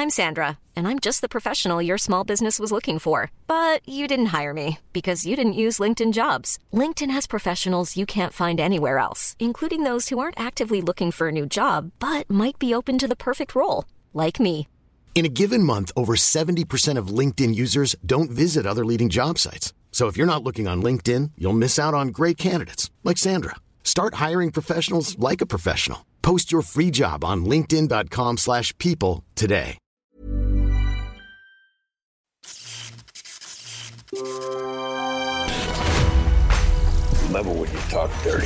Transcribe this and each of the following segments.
I'm Sandra, and I'm just the professional your small business was looking for. But you didn't hire me because you didn't use LinkedIn Jobs. LinkedIn has professionals you can't find anywhere else, including those who aren't actively looking for a new job, but might be open to the perfect role, like me. In a given month, over 70% of LinkedIn users don't visit other leading job sites. So if you're not looking on LinkedIn, you'll miss out on great candidates like Sandra. Start hiring professionals like a professional. Post your free job on linkedin.com/people today. Level when you talk dirty.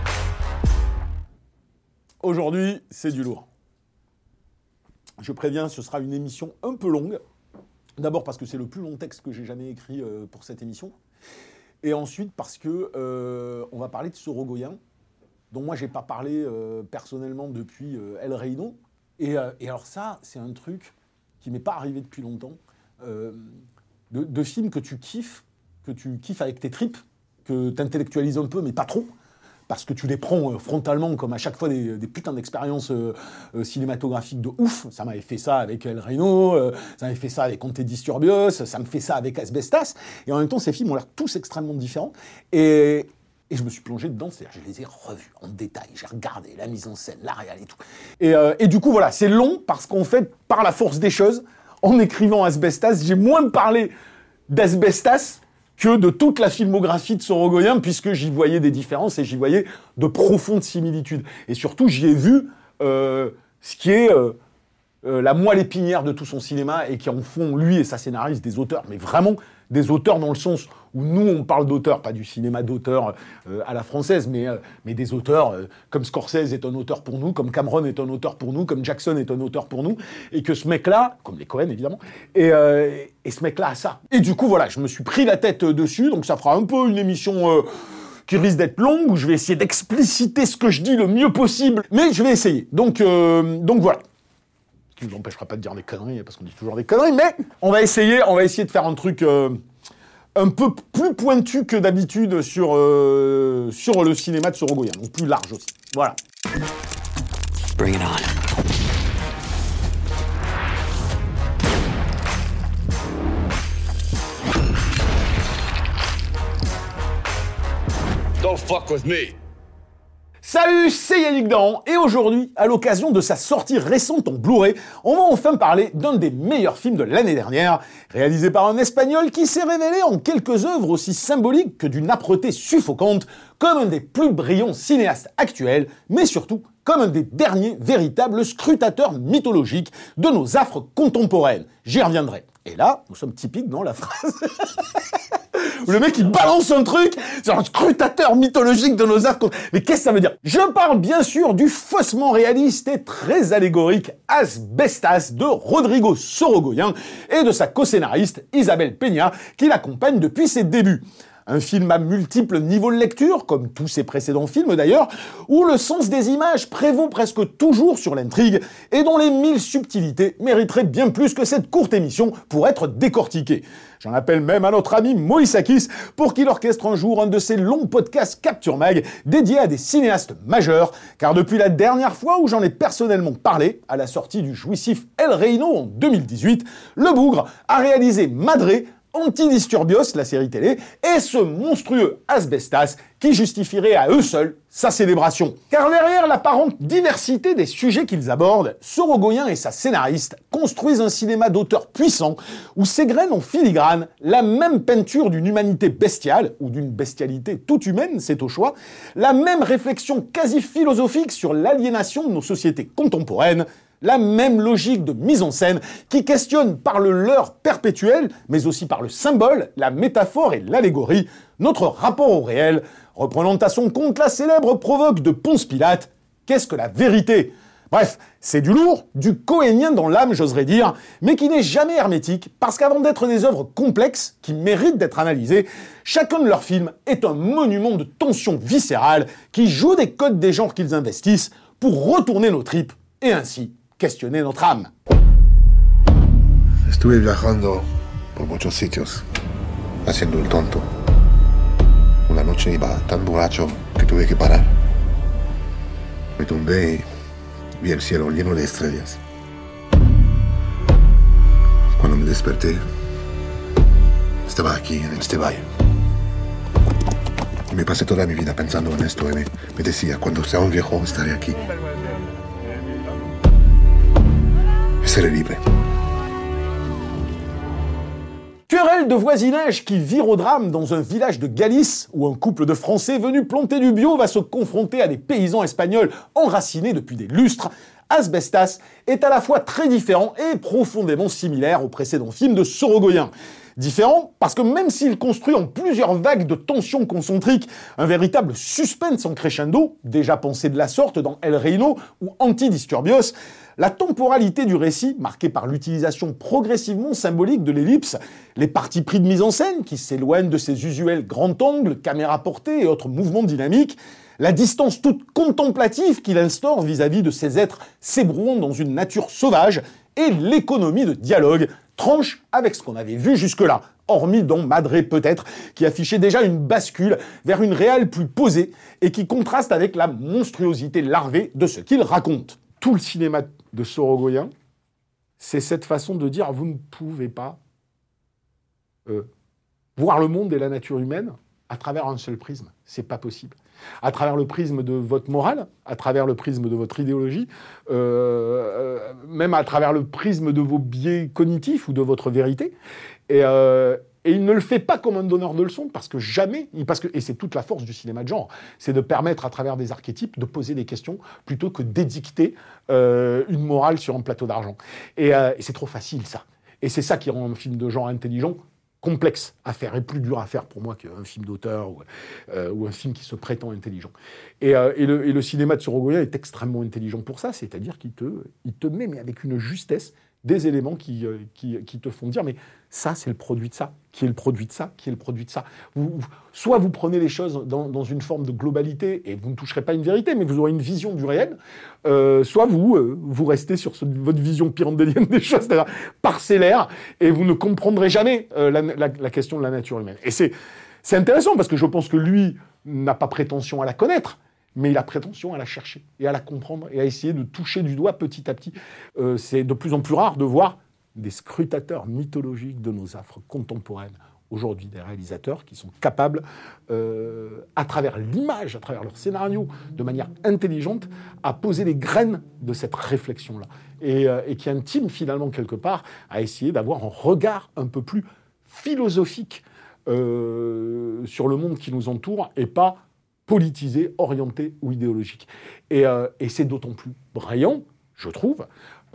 Aujourd'hui, c'est du lourd. Je préviens, ce sera une émission un peu longue. D'abord parce que c'est le plus long texte que j'ai jamais écrit pour cette émission. Et ensuite parce que on va parler de Sorogoyen, dont moi j'ai pas parlé personnellement depuis El Reino. Et alors ça, c'est un truc qui m'est pas arrivé depuis longtemps. De films que tu kiffes avec tes tripes, que tu intellectualises un peu, mais pas trop. Parce que tu les prends frontalement comme à chaque fois des putains d'expériences cinématographiques de ouf. Ça m'avait fait ça avec El Reino, ça m'avait fait ça avec Conte Disturbios, ça me fait ça avec Asbestas. Et en même temps, ces films ont l'air tous extrêmement différents. Et je me suis plongé dedans, c'est-à-dire je les ai revus en détail, j'ai regardé la mise en scène, la réal et tout. Et du coup, voilà, c'est long parce qu'en fait, par la force des choses, en écrivant Asbestas, j'ai moins parlé d'Asbestas que de toute la filmographie de Sorogoyen, puisque j'y voyais des différences et j'y voyais de profondes similitudes. Et surtout, j'y ai vu ce qui est la moelle épinière de tout son cinéma et qui en font, lui et sa scénariste, des auteurs, mais vraiment des auteurs dans le sens où nous, on parle d'auteurs, pas du cinéma d'auteur à la française, mais des auteurs comme Scorsese est un auteur pour nous, comme Cameron est un auteur pour nous, comme Jackson est un auteur pour nous, et que ce mec-là, comme les Cohen évidemment, et ce mec-là a ça. Et du coup, voilà, je me suis pris la tête dessus, donc ça fera un peu une émission qui risque d'être longue, où je vais essayer d'expliciter ce que je dis le mieux possible, mais je vais essayer. Donc voilà. Ce qui ne nous empêchera pas de dire des conneries, parce qu'on dit toujours des conneries, mais on va essayer de faire un truc un peu plus pointu que d'habitude sur le cinéma de Sorogoyen, donc plus large aussi. Voilà. Bring it on. Don't fuck with me. Salut, c'est Yannick Dahan, et aujourd'hui, à l'occasion de sa sortie récente en Blu-ray, on va enfin parler d'un des meilleurs films de l'année dernière, réalisé par un Espagnol qui s'est révélé en quelques œuvres aussi symboliques que d'une âpreté suffocante, comme un des plus brillants cinéastes actuels, mais surtout comme un des derniers véritables scrutateurs mythologiques de nos affres contemporaines. J'y reviendrai. Et là, nous sommes typiques dans la phrase... Le mec, il balance un truc, c'est un scrutateur mythologique de nos affres. Mais qu'est-ce que ça veut dire ? Je parle bien sûr du faussement réaliste et très allégorique Asbestas de Rodrigo Sorogoyen et de sa co-scénariste Isabel Peña, qui l'accompagne depuis ses débuts. Un film à multiples niveaux de lecture, comme tous ses précédents films d'ailleurs, où le sens des images prévaut presque toujours sur l'intrigue et dont les 1000 subtilités mériteraient bien plus que cette courte émission pour être décortiquées. J'en appelle même à notre ami Moïsakis pour qu'il orchestre un jour un de ces longs podcasts Capture Mag dédiés à des cinéastes majeurs, car depuis la dernière fois où j'en ai personnellement parlé, à la sortie du jouissif El Reino en 2018, le bougre a réalisé Madré, Antidisturbios, la série télé, et ce monstrueux Asbestas qui justifierait à eux seuls sa célébration. Car derrière l'apparente diversité des sujets qu'ils abordent, Sorogoyen et sa scénariste construisent un cinéma d'auteur puissant où s'égrène en filigrane la même peinture d'une humanité bestiale, ou d'une bestialité toute humaine, c'est au choix, la même réflexion quasi philosophique sur l'aliénation de nos sociétés contemporaines, la même logique de mise en scène qui questionne par le leurre perpétuel, mais aussi par le symbole, la métaphore et l'allégorie, notre rapport au réel, reprenant à son compte la célèbre provoque de Ponce Pilate, qu'est-ce que la vérité ? Bref, c'est du lourd, du cohénien dans l'âme, j'oserais dire, mais qui n'est jamais hermétique, parce qu'avant d'être des œuvres complexes, qui méritent d'être analysées, chacun de leurs films est un monument de tension viscérale qui joue des codes des genres qu'ils investissent pour retourner nos tripes, et ainsi questionner notre âme. Estuve viajando por muchos sitios, haciendo el tonto. Una noche iba tan borracho que tuve que parar. Me tumbé y vi el cielo lleno de estrellas. desperté, estaba aquí, en este valle. Y me pasé toda mi vida pensando en esto. Y me decía, cuando sea un viejo, estaré aquí. Y seré libre. Querelle de voisinage qui vire au drame dans un village de Galice où un couple de Français venus planter du bio va se confronter à des paysans espagnols enracinés depuis des lustres. Asbestas est à la fois très différent et profondément similaire au précédent film de Sorogoyen. Différent parce que même s'il construit en plusieurs vagues de tensions concentriques un véritable suspense en crescendo, déjà pensé de la sorte dans El Reino ou Antidisturbios, la temporalité du récit, marquée par l'utilisation progressivement symbolique de l'ellipse, les partis pris de mise en scène qui s'éloignent de ses usuels grands angles, caméra portée et autres mouvements dynamiques, la distance toute contemplative qu'il instaure vis-à-vis de ces êtres s'ébrouant dans une nature sauvage, et l'économie de dialogue tranche avec ce qu'on avait vu jusque-là, hormis dans Madré peut-être, qui affichait déjà une bascule vers une réale plus posée et qui contraste avec la monstruosité larvée de ce qu'il raconte. Tout le cinéma de Sorogoyen, c'est cette façon de dire « vous ne pouvez pas voir le monde et la nature humaine à travers un seul prisme. C'est pas possible. À travers le prisme de votre morale, à travers le prisme de votre idéologie, même à travers le prisme de vos biais cognitifs ou de votre vérité. Et il ne le fait pas comme un donneur de leçons, parce que jamais, et c'est toute la force du cinéma de genre, c'est de permettre à travers des archétypes de poser des questions plutôt que d'édicter une morale sur un plateau d'argent. Et c'est trop facile, ça. Et c'est ça qui rend un film de genre intelligent complexe à faire et plus dur à faire pour moi qu'un film d'auteur ou un film qui se prétend intelligent. Et le cinéma de Sorogoyen est extrêmement intelligent pour ça, c'est-à-dire qu'il te met, mais avec une justesse, des éléments qui te font dire, mais ça, c'est le produit de ça, qui est le produit de ça, qui est le produit de ça. Soit vous prenez les choses dans une forme de globalité et vous ne toucherez pas une vérité, mais vous aurez une vision du réel, soit vous restez sur votre vision pyrandélienne des choses, c'est-à-dire parcellaire, et vous ne comprendrez jamais la question de la nature humaine. Et c'est intéressant, parce que je pense que lui n'a pas prétention à la connaître, mais il a prétention à la chercher, et à la comprendre, et à essayer de toucher du doigt petit à petit. C'est de plus en plus rare de voir des scrutateurs mythologiques de nos affres contemporaines, aujourd'hui des réalisateurs qui sont capables, à travers l'image, à travers leur scénario, de manière intelligente, à poser les graines de cette réflexion-là, et qui intiment finalement quelque part à essayer d'avoir un regard un peu plus philosophique sur le monde qui nous entoure, et pas politisé, orienté ou idéologique. Et c'est d'autant plus brillant, je trouve,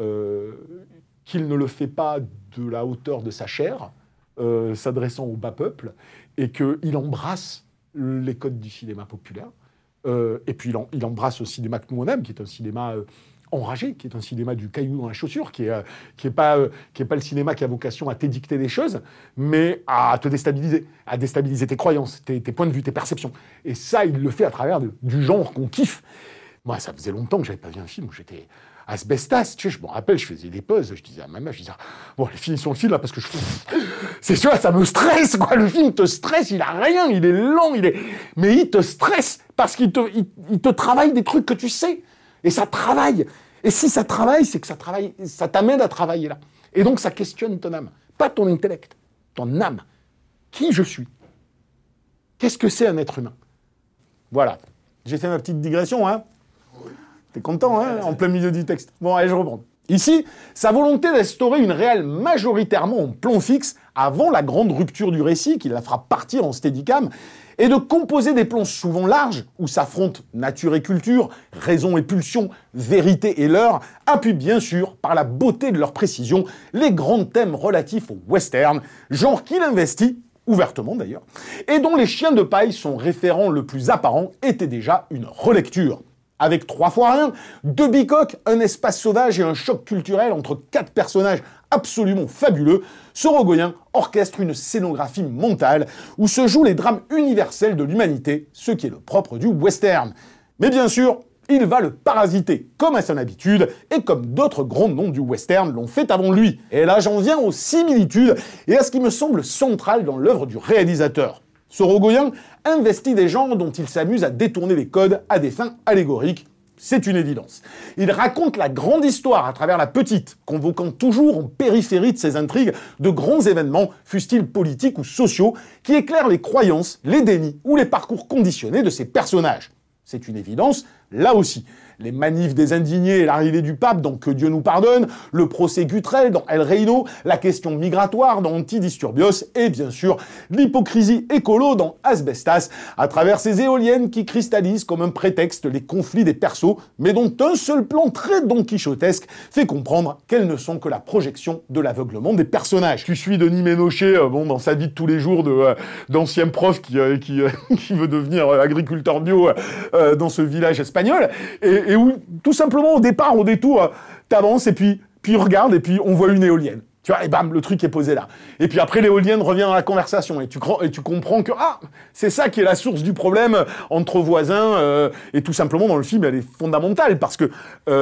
qu'il ne le fait pas de la hauteur de sa chair, s'adressant au bas peuple, et qu'il embrasse les codes du cinéma populaire. Et puis il embrasse le cinéma que nous on aime, qui est un cinéma enragé, qui est un cinéma du caillou dans la chaussure, qui est pas le cinéma qui a vocation à t'édicter des choses, mais à te déstabiliser, à déstabiliser tes croyances, tes points de vue, tes perceptions. Et ça, il le fait à travers du genre qu'on kiffe. Moi, ça faisait longtemps que j'avais pas vu un film où j'étais Asbestas, tu sais, je me rappelle, je faisais des pauses, je disais à ma meuf, je disais, bon, allez, finissons le film là, parce que c'est sûr, ça me stresse, quoi, le film te stresse, il a rien, il est lent, mais il te stresse, parce qu'il te travaille des trucs que tu sais, et ça travaille. Et si ça travaille, c'est que ça t'amène à travailler là. Et donc, ça questionne ton âme, pas ton intellect, ton âme. Qui je suis? Qu'est-ce que c'est un être humain? Voilà. J'ai fait ma petite digression, hein? T'es content, hein, en plein milieu du texte. Bon, allez, je reprends. Ici, sa volonté d'instaurer une réelle majoritairement en plan fixe avant la grande rupture du récit qui la fera partir en steadicam, et de composer des plans souvent larges où s'affrontent nature et culture, raison et pulsion, vérité et leurre, appuie bien sûr, par la beauté de leur précision, les grands thèmes relatifs au western, genre qu'il investit, ouvertement d'ailleurs, et dont Les Chiens de paille, son référent le plus apparent, était déjà une relecture. Avec 3 fois rien, 2 bicoques, un espace sauvage et un choc culturel entre 4 personnages absolument fabuleux, Sorogoyen orchestre une scénographie mentale où se jouent les drames universels de l'humanité, ce qui est le propre du western. Mais bien sûr, il va le parasiter, comme à son habitude, et comme d'autres grands noms du western l'ont fait avant lui. Et là, j'en viens aux similitudes et à ce qui me semble central dans l'œuvre du réalisateur. Sorogoyen investit des genres dont il s'amuse à détourner les codes à des fins allégoriques, C'est une évidence. Il raconte la grande histoire à travers la petite, convoquant toujours en périphérie de ses intrigues de grands événements, fussent-ils politiques ou sociaux, qui éclairent les croyances, les dénis ou les parcours conditionnés de ses personnages. C'est une évidence, là aussi. Les manifs des indignés et l'arrivée du pape dans Que Dieu nous pardonne, le procès Gutrel dans El Reino, la question migratoire dans Antidisturbios et bien sûr l'hypocrisie écolo dans Asbestas, à travers ces éoliennes qui cristallisent comme un prétexte les conflits des persos, mais dont un seul plan très don quichotesque fait comprendre qu'elles ne sont que la projection de l'aveuglement des personnages. Tu suis Denis Ménochet, dans sa vie de tous les jours d'ancien prof qui veut devenir agriculteur bio dans ce village espagnol, et où, tout simplement, au départ, au détour, t'avances, et puis regarde, et puis on voit une éolienne. Tu vois, et bam, le truc est posé là. Et puis après, l'éolienne revient dans la conversation, et tu comprends que, c'est ça qui est la source du problème entre voisins, et tout simplement, dans le film, elle est fondamentale, parce que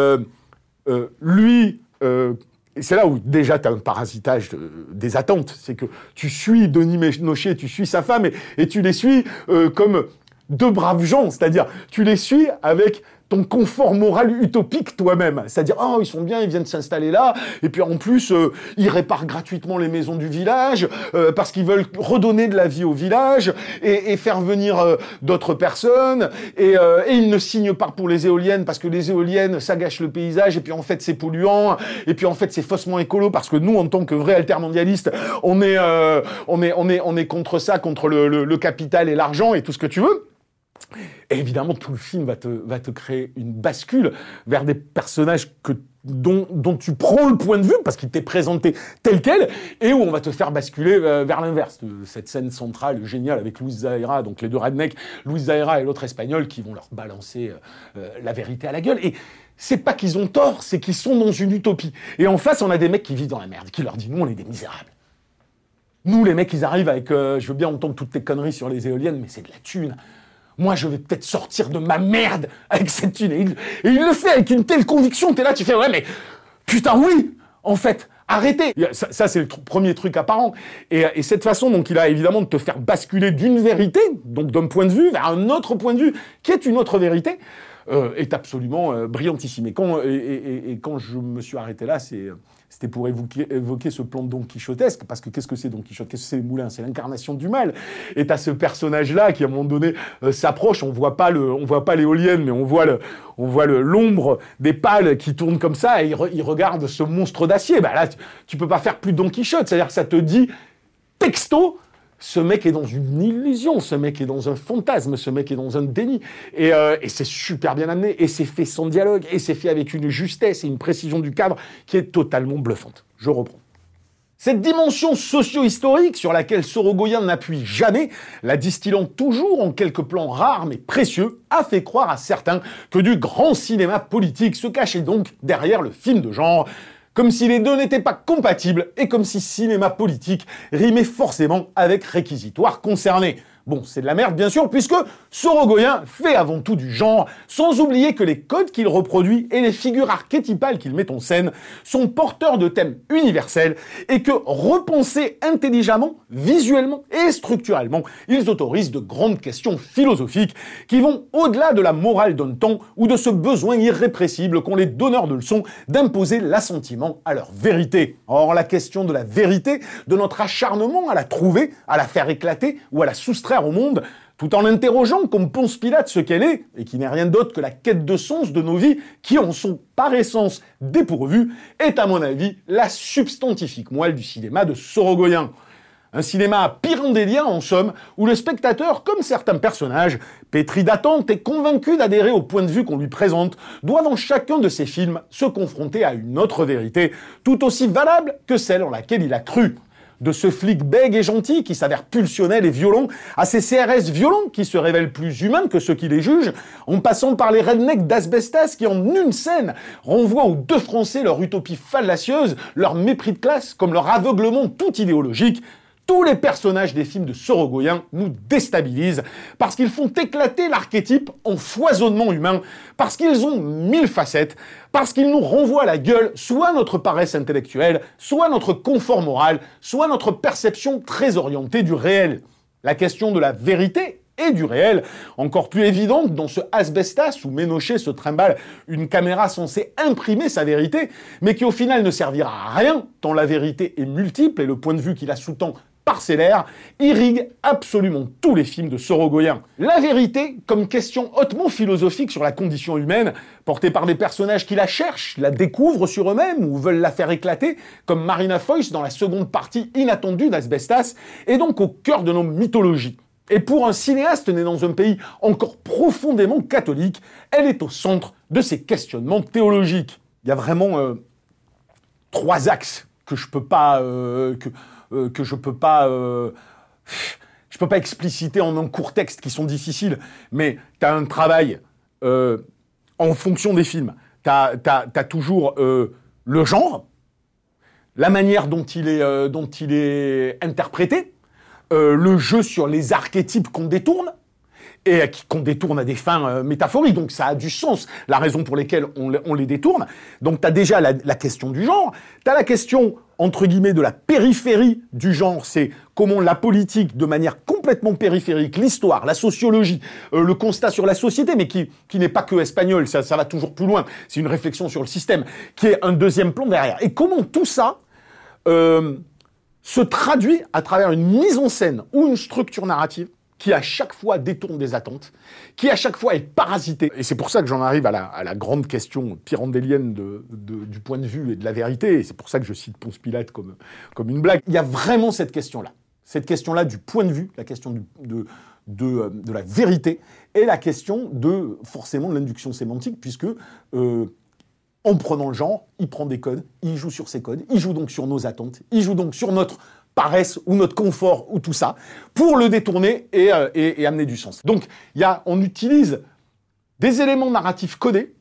lui... Et c'est là où déjà tu as un parasitage des attentes. C'est que tu suis Denis Ménochet, tu suis sa femme, et tu les suis comme deux braves gens. C'est-à-dire, tu les suis avec ton confort moral utopique toi-même. C'est-à-dire, ils sont bien, ils viennent s'installer là, et puis en plus, ils réparent gratuitement les maisons du village, parce qu'ils veulent redonner de la vie au village, et faire venir d'autres personnes, et ils ne signent pas pour les éoliennes, parce que les éoliennes, ça gâche le paysage, et puis en fait, c'est polluant, et puis en fait, c'est faussement écolo, parce que nous, en tant que vrais altermondialistes, on est contre ça, contre le capital et l'argent, et tout ce que tu veux. Et évidemment, tout le film va te créer une bascule vers des personnages dont tu prends le point de vue, parce qu'il t'est présenté tel quel, et où on va te faire basculer vers l'inverse. Cette scène centrale géniale avec Luis Zahera, donc les deux rednecks, Luis Zahera et l'autre espagnol, qui vont leur balancer la vérité à la gueule. Et c'est pas qu'ils ont tort, c'est qu'ils sont dans une utopie. Et en face, on a des mecs qui vivent dans la merde, qui leur disent « Nous, on est des misérables. » Nous, les mecs, ils arrivent avec « Je veux bien entendre toutes tes conneries sur les éoliennes, mais c'est de la thune. » Moi, je vais peut-être sortir de ma merde avec cette thune. Et il le fait avec une telle conviction. T'es là, tu fais, ouais, mais putain, oui, en fait, arrêtez. Ça c'est le premier truc apparent. Et cette façon, donc, il a évidemment de te faire basculer d'une vérité, donc d'un point de vue, vers un autre point de vue, qui est une autre vérité, est absolument brillantissime. Et quand je me suis arrêté là, c'était pour évoquer ce plan de Don Quichotesque, parce que qu'est-ce que c'est Don Quichotte? Qu'est-ce que c'est Moulin? C'est l'incarnation du mal. Et t'as ce personnage-là qui, à un moment donné, s'approche. On voit pas l'éolienne, mais on voit l'ombre des pales qui tournent comme ça, et il regarde ce monstre d'acier. Bah là, tu peux pas faire plus Don Quichotte. C'est-à-dire que ça te dit, texto, ce mec est dans une illusion, ce mec est dans un fantasme, ce mec est dans un déni. Et c'est super bien amené, et c'est fait sans dialogue, et c'est fait avec une justesse et une précision du cadre qui est totalement bluffante. Je reprends. Cette dimension socio-historique sur laquelle Sorogoyen n'appuie jamais, la distillant toujours en quelques plans rares mais précieux, a fait croire à certains que du grand cinéma politique se cachait donc derrière le film de genre, comme si les deux n'étaient pas compatibles et comme si cinéma politique rimait forcément avec réquisitoire concerné. Bon, c'est de la merde bien sûr, puisque Sorogoyen fait avant tout du genre, sans oublier que les codes qu'il reproduit et les figures archétypales qu'il met en scène sont porteurs de thèmes universels et que, repensés intelligemment, visuellement et structurellement, ils autorisent de grandes questions philosophiques qui vont au-delà de la morale d'un temps ou de ce besoin irrépressible qu'ont les donneurs de leçons d'imposer l'assentiment à leur vérité. Or, la question de la vérité, de notre acharnement à la trouver, à la faire éclater ou à la soustraire au monde, tout en l'interrogeant comme Ponce Pilate ce qu'elle est, et qui n'est rien d'autre que la quête de sens de nos vies, qui en sont par essence dépourvues, est à mon avis la substantifique moelle du cinéma de Sorogoyen. Un cinéma pyrrhandélien, en somme, où le spectateur, comme certains personnages, pétris d'attentes et convaincus d'adhérer au point de vue qu'on lui présente, doit dans chacun de ses films se confronter à une autre vérité, tout aussi valable que celle en laquelle il a cru. De ce flic bègue et gentil qui s'avère pulsionnel et violent, à ces CRS violents qui se révèlent plus humains que ceux qui les jugent, en passant par les rednecks d'Asbestas qui, en une scène, renvoient aux deux Français leur utopie fallacieuse, leur mépris de classe, comme leur aveuglement tout idéologique. Tous les personnages des films de Sorogoyen nous déstabilisent parce qu'ils font éclater l'archétype en foisonnement humain, parce qu'ils ont 1000 facettes, parce qu'ils nous renvoient à la gueule soit notre paresse intellectuelle, soit notre confort moral, soit notre perception très orientée du réel. La question de la vérité et du réel, encore plus évidente dans ce Asbestas où Ménochet se trimballe une caméra censée imprimer sa vérité, mais qui au final ne servira à rien, tant la vérité est multiple et le point de vue qui la sous-tend parcellaire, irrigue absolument tous les films de Sorogoyen. La vérité, comme question hautement philosophique sur la condition humaine, portée par des personnages qui la cherchent, la découvrent sur eux-mêmes ou veulent la faire éclater, comme Marina Foïs dans la seconde partie inattendue d'Asbestas, est donc au cœur de nos mythologies. Et pour un cinéaste né dans un pays encore profondément catholique, elle est au centre de ces questionnements théologiques. Il y a vraiment 3 axes que je peux pas expliciter en un court texte qui sont difficiles, mais tu as un travail en fonction des films. T'as toujours le genre, la manière dont il est interprété, le jeu sur les archétypes qu'on détourne, et qu'on détourne à des fins métaphoriques, donc ça a du sens, la raison pour laquelle on les détourne. Donc t'as déjà la question du genre, t'as la question, entre guillemets, de la périphérie du genre, c'est comment la politique, de manière complètement périphérique, l'histoire, la sociologie, le constat sur la société, mais qui n'est pas que espagnol, ça va toujours plus loin, c'est une réflexion sur le système, qui est un deuxième plan derrière. Et comment tout ça se traduit à travers une mise en scène ou une structure narrative qui à chaque fois détourne des attentes, qui à chaque fois est parasité. Et c'est pour ça que j'en arrive à la grande question pyrandélienne du point de vue et de la vérité, et c'est pour ça que je cite Ponce Pilate comme une blague. Il y a vraiment cette question-là du point de vue, la question de la vérité, et la question forcément de l'induction sémantique, puisque en prenant le genre, il prend des codes, il joue sur ces codes, il joue donc sur nos attentes, il joue donc sur notre paresse ou notre confort ou tout ça, pour le détourner et amener du sens. Donc, on utilise des éléments narratifs codés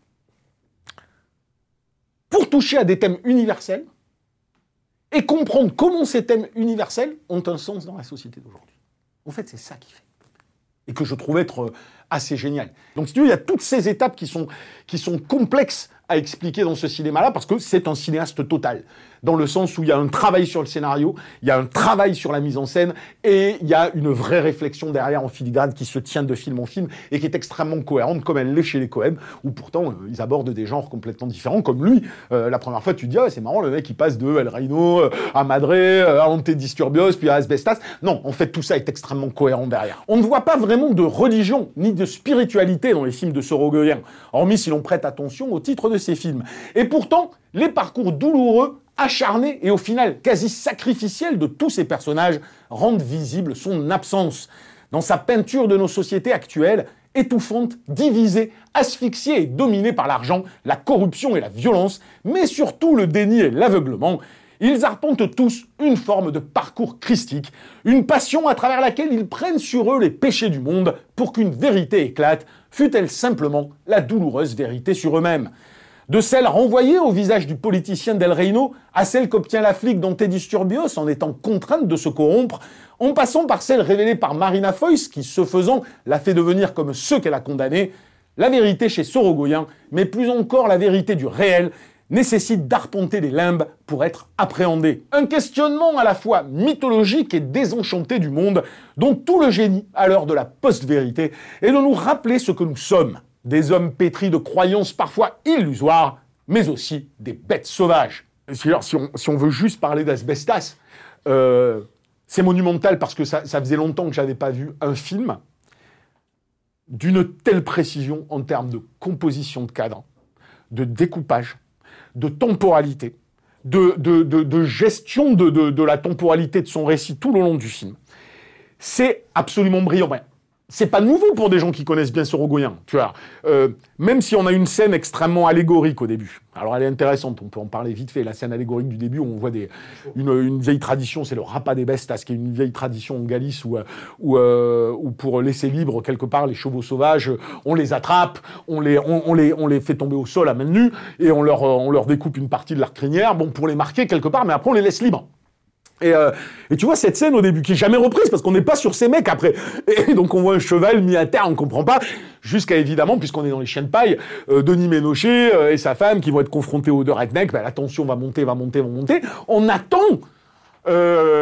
pour toucher à des thèmes universels et comprendre comment ces thèmes universels ont un sens dans la société d'aujourd'hui. En fait, c'est ça qui fait. Et que je trouve être assez génial. Donc, si tu veux, il y a toutes ces étapes qui sont complexes à expliquer dans ce cinéma-là, parce que c'est un cinéaste total, dans le sens où il y a un travail sur le scénario, il y a un travail sur la mise en scène, et il y a une vraie réflexion derrière en filigrane qui se tient de film en film, et qui est extrêmement cohérente, comme elle l'est chez les Cohen, où pourtant ils abordent des genres complètement différents, comme lui. La première fois, tu te dis, c'est marrant, le mec il passe de El Reino à Madre, à Ante Disturbios, puis à Asbestas. Non, en fait, tout ça est extrêmement cohérent derrière. On ne voit pas vraiment de religion, ni de spiritualité dans les films de Sorogoyen, hormis si l'on prête attention au titre de ces films. Et pourtant, les parcours douloureux, acharnés et au final quasi sacrificiels de tous ces personnages rendent visible son absence. Dans sa peinture de nos sociétés actuelles, étouffante, divisée, asphyxiée et dominée par l'argent, la corruption et la violence, mais surtout le déni et l'aveuglement, ils arpentent tous une forme de parcours christique, une passion à travers laquelle ils prennent sur eux les péchés du monde pour qu'une vérité éclate, fût-elle simplement la douloureuse vérité sur eux-mêmes. De celle renvoyée au visage du politicien d'El Reino à celle qu'obtient la flic Ante Disturbios en étant contrainte de se corrompre, en passant par celle révélée par Marina Foïs qui, ce faisant, l'a fait devenir comme ceux qu'elle a condamnés, la vérité chez Sorogoyen, mais plus encore la vérité du réel, nécessite d'arpenter les limbes pour être appréhendée. Un questionnement à la fois mythologique et désenchanté du monde, dont tout le génie, à l'heure de la post-vérité, est de nous rappeler ce que nous sommes. Des hommes pétris de croyances parfois illusoires, mais aussi des bêtes sauvages. Si on veut juste parler d'Asbestas, c'est monumental parce que ça faisait longtemps que je n'avais pas vu un film d'une telle précision en termes de composition de cadre, de découpage, de temporalité, de gestion de la temporalité de son récit tout le long du film. C'est absolument brillant. Ouais. C'est pas nouveau pour des gens qui connaissent bien Sorogoyen, tu vois. Même si on a une scène extrêmement allégorique au début. Alors elle est intéressante, on peut en parler vite fait. La scène allégorique du début où on voit une vieille tradition, c'est le Rapa de Bestas, qui est une vieille tradition en Galice où pour laisser libre quelque part les chevaux sauvages, on les attrape, on les fait tomber au sol à main nue et on leur découpe une partie de leur crinière, pour les marquer quelque part, mais après on les laisse libres. Et tu vois cette scène au début qui est jamais reprise parce qu'on n'est pas sur ces mecs après. Et donc on voit un cheval mis à terre, on ne comprend pas, jusqu'à évidemment, puisqu'on est dans les chiens de paille, Denis Ménochet et sa femme qui vont être confrontés aux deux rednecks, la tension va monter. On attend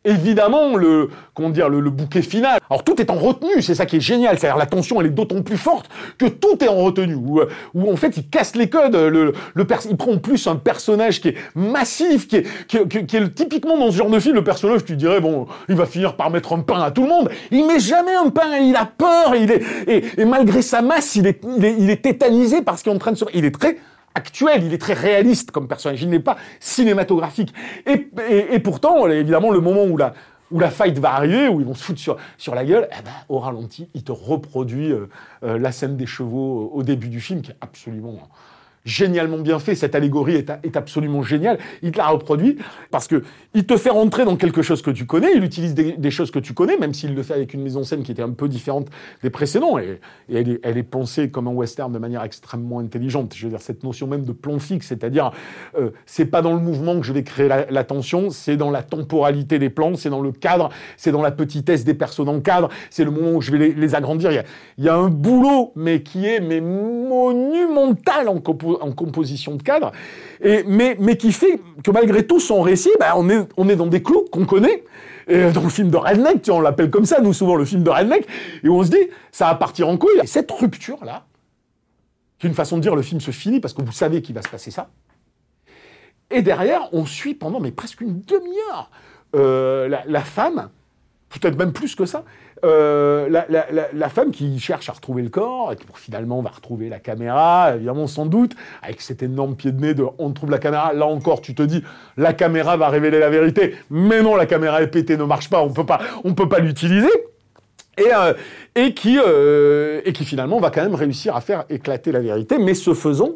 évidemment le bouquet final. Alors tout est en retenue, c'est ça qui est génial, c'est-à-dire la tension elle est d'autant plus forte que tout est en retenue, où en fait il casse les codes, il prend en plus un personnage qui est massif, qui est typiquement dans ce genre de film, le personnage tu dirais bon, il va finir par mettre un pain à tout le monde, il met jamais un pain, il a peur, et malgré sa masse, il est tétanisé parce qu'il est en train de il est très actuel, il est très réaliste comme personnage, il n'est pas cinématographique. Et pourtant, évidemment, le moment où la fight va arriver, où ils vont se foutre sur la gueule, au ralenti, il te reproduit la scène des chevaux au début du film, qui est absolument génialement bien fait. Cette allégorie est absolument géniale. Il te la reproduit parce que il te fait rentrer dans quelque chose que tu connais. Il utilise des choses que tu connais, même s'il le fait avec une mise en scène qui était un peu différente des précédents. Et elle est pensée comme un western de manière extrêmement intelligente. Je veux dire, cette notion même de plan fixe, c'est-à-dire, c'est pas dans le mouvement que je vais créer la tension, c'est dans la temporalité des plans, c'est dans le cadre, c'est dans la petitesse des persos dans le cadre, c'est le moment où je vais les agrandir. Il y a un boulot, mais qui est monumental en composition de cadre, mais qui fait que malgré tout son récit, on est dans des clous qu'on connaît. Et dans le film de Redneck, on l'appelle comme ça, nous souvent le film de Redneck, et on se dit, ça va partir en couille. Et cette rupture-là, qui est une façon de dire le film se finit parce que vous savez qu'il va se passer ça. Et derrière, on suit pendant presque une demi-heure la femme, peut-être même plus que ça, la femme qui cherche à retrouver le corps, et qui finalement va retrouver la caméra, évidemment sans doute, avec cet énorme pied de nez de « on trouve la caméra », là encore tu te dis « la caméra va révéler la vérité », mais non, la caméra est pétée, ne marche pas, on peut pas l'utiliser, et qui finalement va quand même réussir à faire éclater la vérité, mais ce faisant,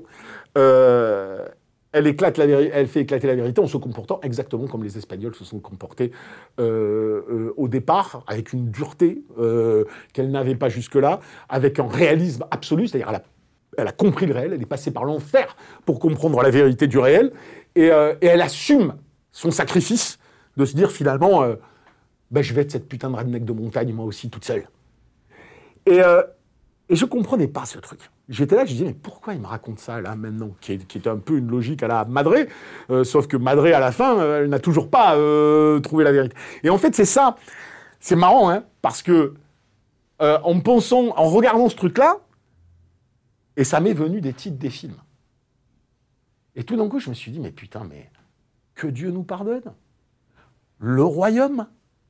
elle fait éclater la vérité en se comportant exactement comme les Espagnols se sont comportés au départ, avec une dureté qu'elle n'avait pas jusque-là, avec un réalisme absolu, c'est-à-dire elle a compris le réel, elle est passée par l'enfer pour comprendre la vérité du réel, et elle assume son sacrifice de se dire finalement, je vais être cette putain de redneck de montagne, moi aussi, toute seule. Et je comprenais pas ce truc. J'étais là, je disais, mais pourquoi il me raconte ça, là, maintenant, qui était un peu une logique à la Madré, sauf que Madré, à la fin, elle n'a toujours pas trouvé la vérité. Et en fait, c'est ça. C'est marrant, hein, parce que, en regardant ce truc-là, et ça m'est venu des titres des films. Et tout d'un coup, je me suis dit, mais putain, mais que Dieu nous pardonne. Le royaume,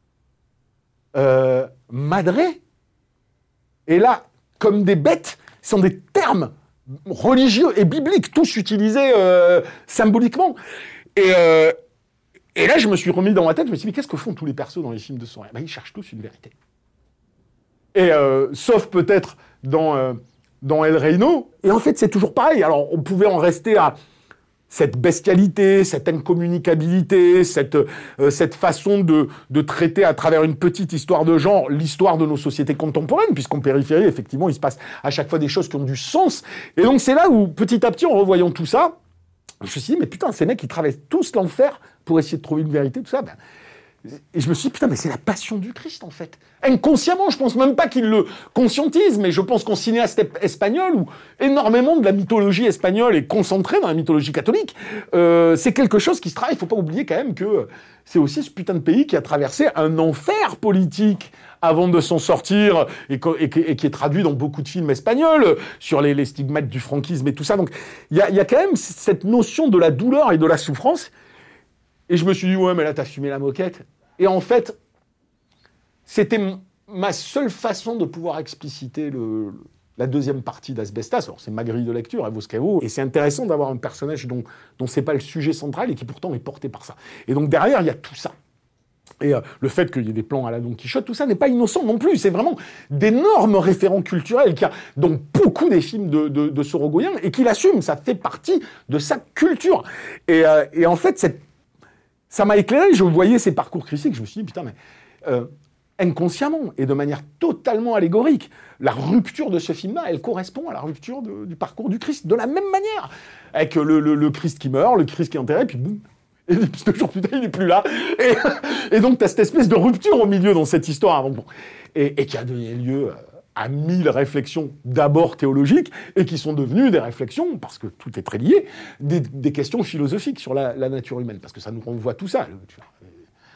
Madré, et là, comme des bêtes, ce sont des termes religieux et bibliques, tous utilisés symboliquement. Et là, je me suis remis dans ma tête, je me suis dit, mais qu'est-ce que font tous les persos dans les films de son rêve ? Ils cherchent tous une vérité. Et sauf peut-être dans El Reino. Et en fait, c'est toujours pareil. Alors, on pouvait en rester à cette bestialité, cette incommunicabilité, cette façon de traiter à travers une petite histoire de genre l'histoire de nos sociétés contemporaines, puisqu'en périphérie, effectivement, il se passe à chaque fois des choses qui ont du sens. Et donc, c'est là où, petit à petit, en revoyant tout ça, je me suis dit, mais putain, ces mecs, ils traversent tous l'enfer pour essayer de trouver une vérité, tout ça. Et je me suis dit, putain, mais c'est la passion du Christ, en fait. Inconsciemment, je pense même pas qu'il le conscientise, mais je pense qu'en cinéaste espagnol, où énormément de la mythologie espagnole est concentrée dans la mythologie catholique, c'est quelque chose qui se travaille. Il faut pas oublier quand même que c'est aussi ce putain de pays qui a traversé un enfer politique avant de s'en sortir, et qui est traduit dans beaucoup de films espagnols, sur les stigmates du franquisme et tout ça. Donc, il y a quand même cette notion de la douleur et de la souffrance. Et je me suis dit, ouais, mais là, t'as fumé la moquette. Et en fait, c'était ma seule façon de pouvoir expliciter la deuxième partie d'Asbestas. Alors, c'est ma grille de lecture, elle vaut ce qu'elle vaut. Et c'est intéressant d'avoir un personnage dont c'est pas le sujet central et qui pourtant est porté par ça. Et donc, derrière, il y a tout ça. Et le fait qu'il y ait des plans à la Don Quichotte, tout ça n'est pas innocent non plus. C'est vraiment d'énormes référents culturels qu'il y a dans beaucoup des films de Sorogoyen et qu'il assume. Ça fait partie de sa culture. Et en fait, ça m'a éclairé, je voyais ces parcours christiques, je me suis dit, putain, mais inconsciemment et de manière totalement allégorique, la rupture de ce film-là, elle correspond à la rupture du parcours du Christ, de la même manière, avec le Christ qui meurt, le Christ qui est enterré, puis boum, et deux jours plus tard, il n'est plus là. Et donc, tu as cette espèce de rupture au milieu dans cette histoire, et qui a donné lieu à 1000 réflexions d'abord théologiques et qui sont devenues des réflexions, parce que tout est très lié, des questions philosophiques sur la nature humaine, parce que ça nous renvoie tout ça.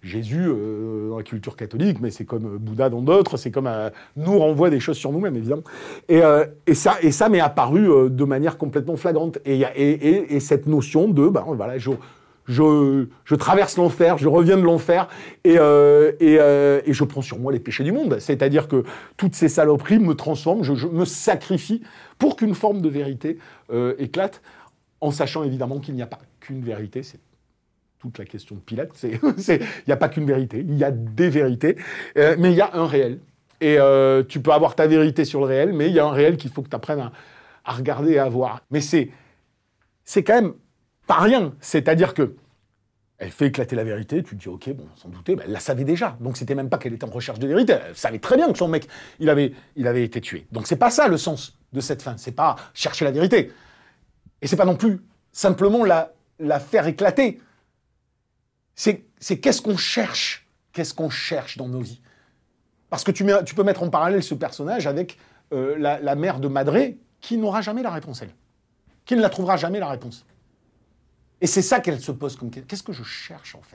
Jésus dans la culture catholique, mais c'est comme Bouddha dans d'autres, c'est comme nous renvoie des choses sur nous-mêmes, évidemment. Et ça m'est apparu de manière complètement flagrante. Et cette notion de, voilà, je traverse l'enfer, je reviens de l'enfer, et je prends sur moi les péchés du monde. C'est-à-dire que toutes ces saloperies me transforment, je me sacrifie pour qu'une forme de vérité éclate, en sachant évidemment qu'il n'y a pas qu'une vérité, c'est toute la question de Pilate, il n'y a pas qu'une vérité, il y a des vérités, mais il y a un réel. Et tu peux avoir ta vérité sur le réel, mais il y a un réel qu'il faut que tu apprennes à regarder et à voir. Mais c'est quand même pas rien. C'est-à-dire que elle fait éclater la vérité, tu te dis, ok, bon, sans douter, elle la savait déjà. Donc c'était même pas qu'elle était en recherche de vérité, elle savait très bien que son mec, il avait été tué. Donc c'est pas ça le sens de cette fin, c'est pas chercher la vérité. Et c'est pas non plus simplement la faire éclater. C'est qu'est-ce qu'on cherche dans nos vies. Parce que tu peux mettre en parallèle ce personnage avec la mère de Madré, qui n'aura jamais la réponse, elle. Qui ne la trouvera jamais, la réponse. Et c'est ça qu'elle se pose comme question. Qu'est-ce que je cherche, en fait ?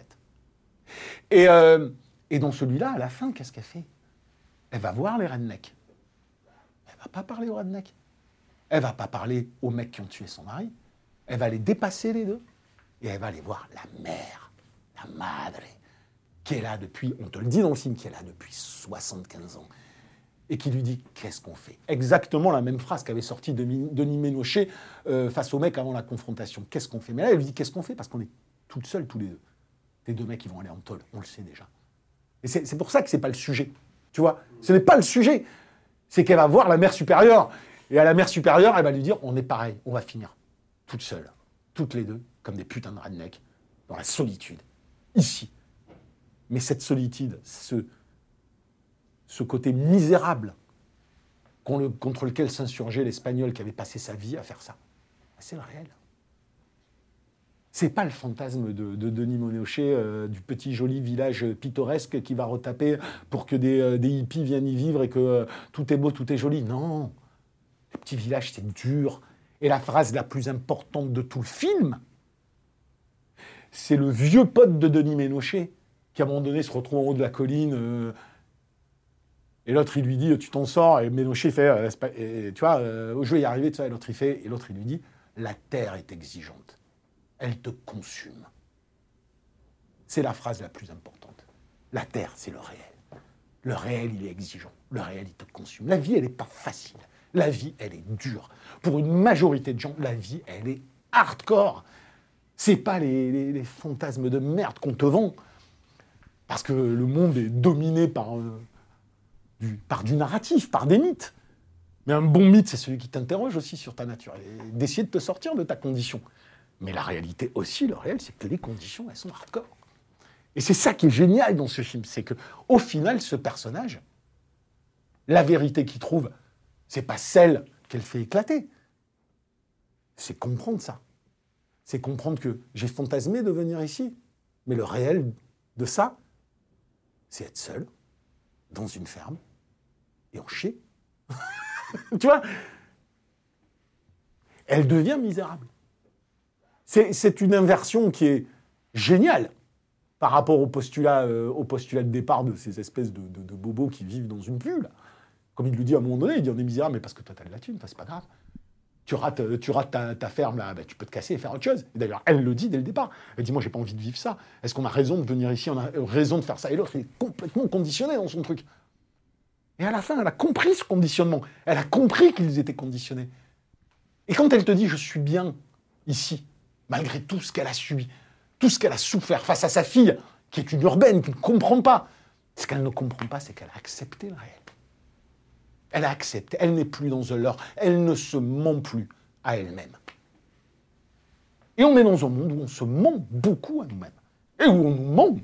Et dans celui-là, à la fin, qu'est-ce qu'elle fait ? Elle va voir les rednecks. Elle va pas parler aux rednecks. Elle va pas parler aux mecs qui ont tué son mari. Elle va les dépasser, les deux. Et elle va aller voir la mère, la madre, qui est là depuis, on te le dit dans le film, qui est là depuis 75 ans. Et qui lui dit, qu'est-ce qu'on fait ? Exactement la même phrase qu'avait sorti Denis Ménochet face au mec avant la confrontation. Qu'est-ce qu'on fait ? Mais là, elle lui dit, qu'est-ce qu'on fait ? Parce qu'on est toutes seules, tous les deux. Les deux mecs, ils vont aller en tôle, on le sait déjà. Et c'est pour ça que c'est pas le sujet. Tu vois ? Ce n'est pas le sujet. C'est qu'elle va voir la mère supérieure. Et à la mère supérieure, elle va lui dire, on est pareil, on va finir toutes seules, toutes les deux, comme des putains de rednecks, dans la solitude, ici. Mais cette solitude, ce côté misérable contre lequel s'insurgeait l'Espagnol qui avait passé sa vie à faire ça, c'est le réel. C'est pas le fantasme de Denis Ménochet du petit joli village pittoresque qui va retaper pour que des hippies viennent y vivre et que tout est beau, tout est joli. Non, le petit village, c'est dur. Et la phrase la plus importante de tout le film, c'est le vieux pote de Denis Ménochet qui, à un moment donné, se retrouve en haut de la colline. Et l'autre, il lui dit, tu t'en sors. Et Ménochet fait, tu vois, je vais y arriver, tout ça. Et l'autre, il lui dit, la terre est exigeante. Elle te consume. C'est la phrase la plus importante. La terre, c'est le réel. Le réel, il est exigeant. Le réel, il te consume. La vie, elle n'est pas facile. La vie, elle est dure. Pour une majorité de gens, la vie, elle est hardcore. C'est pas les fantasmes de merde qu'on te vend. Parce que le monde est dominé par du narratif, par des mythes. Mais un bon mythe, c'est celui qui t'interroge aussi sur ta nature et d'essayer de te sortir de ta condition. Mais la réalité aussi, le réel, c'est que les conditions, elles sont hardcore. Et c'est ça qui est génial dans ce film, c'est qu'au final, ce personnage, la vérité qu'il trouve, c'est pas celle qu'elle fait éclater. C'est comprendre ça. C'est comprendre que j'ai fantasmé de venir ici. Mais le réel de ça, c'est être seul, dans une ferme, et en chier. Tu vois ? Elle devient misérable. C'est une inversion qui est géniale par rapport au postulat de départ de ces espèces de bobos qui vivent dans une bulle. Comme il lui dit à un moment donné, il dit on est misérable, mais parce que toi t'as de la thune, c'est pas grave. Tu rates ta ferme là, tu peux te casser et faire autre chose. Et d'ailleurs, elle le dit dès le départ. Elle dit moi j'ai pas envie de vivre ça. Est-ce qu'on a raison de venir ici ? On a raison de faire ça. Et l'autre il est complètement conditionné dans son truc. Et à la fin, elle a compris ce conditionnement. Elle a compris qu'ils étaient conditionnés. Et quand elle te dit je suis bien ici, malgré tout ce qu'elle a subi, tout ce qu'elle a souffert face à sa fille, qui est une urbaine, qui ne comprend pas. Ce qu'elle ne comprend pas, c'est qu'elle a accepté le réel. Elle a accepté, elle n'est plus dans un leurre, elle ne se ment plus à elle-même. Et on est dans un monde où on se ment beaucoup à nous-mêmes, et où on nous ment.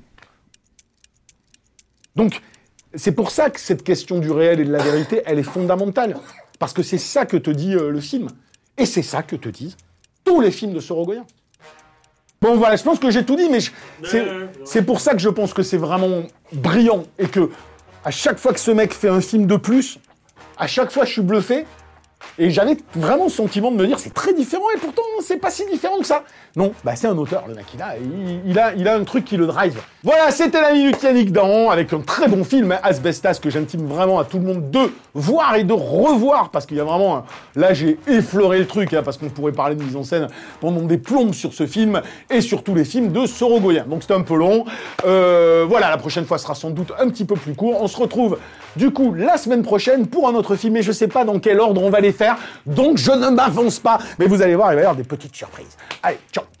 Donc, c'est pour ça que cette question du réel et de la vérité, elle est fondamentale. Parce que c'est ça que te dit le film. Et c'est ça que te disent tous les films de Sorogoyen. Bon voilà, je pense que j'ai tout dit, mais c'est pour ça que je pense que c'est vraiment brillant. Et que à chaque fois que ce mec fait un film de plus, à chaque fois je suis bluffé, Et j'avais vraiment le sentiment de me dire, c'est très différent, et pourtant, c'est pas si différent que ça. Non, bah c'est un auteur, le mec, il a un truc qui le drive. Voilà, c'était la Minute Yannick Dahan, avec un très bon film, Asbestas, que j'intime vraiment à tout le monde de voir et de revoir, parce qu'il y a vraiment... Là, j'ai effleuré le truc, hein, parce qu'on pourrait parler de mise en scène pendant des plombes sur ce film, et sur tous les films de Sorogoyen. Donc c'était un peu long. Voilà, la prochaine fois sera sans doute un petit peu plus court. On se retrouve, du coup, la semaine prochaine pour un autre film, et je sais pas dans quel ordre on va les faire, donc je ne m'avance pas, mais vous allez voir, il va y avoir des petites surprises. Allez, ciao.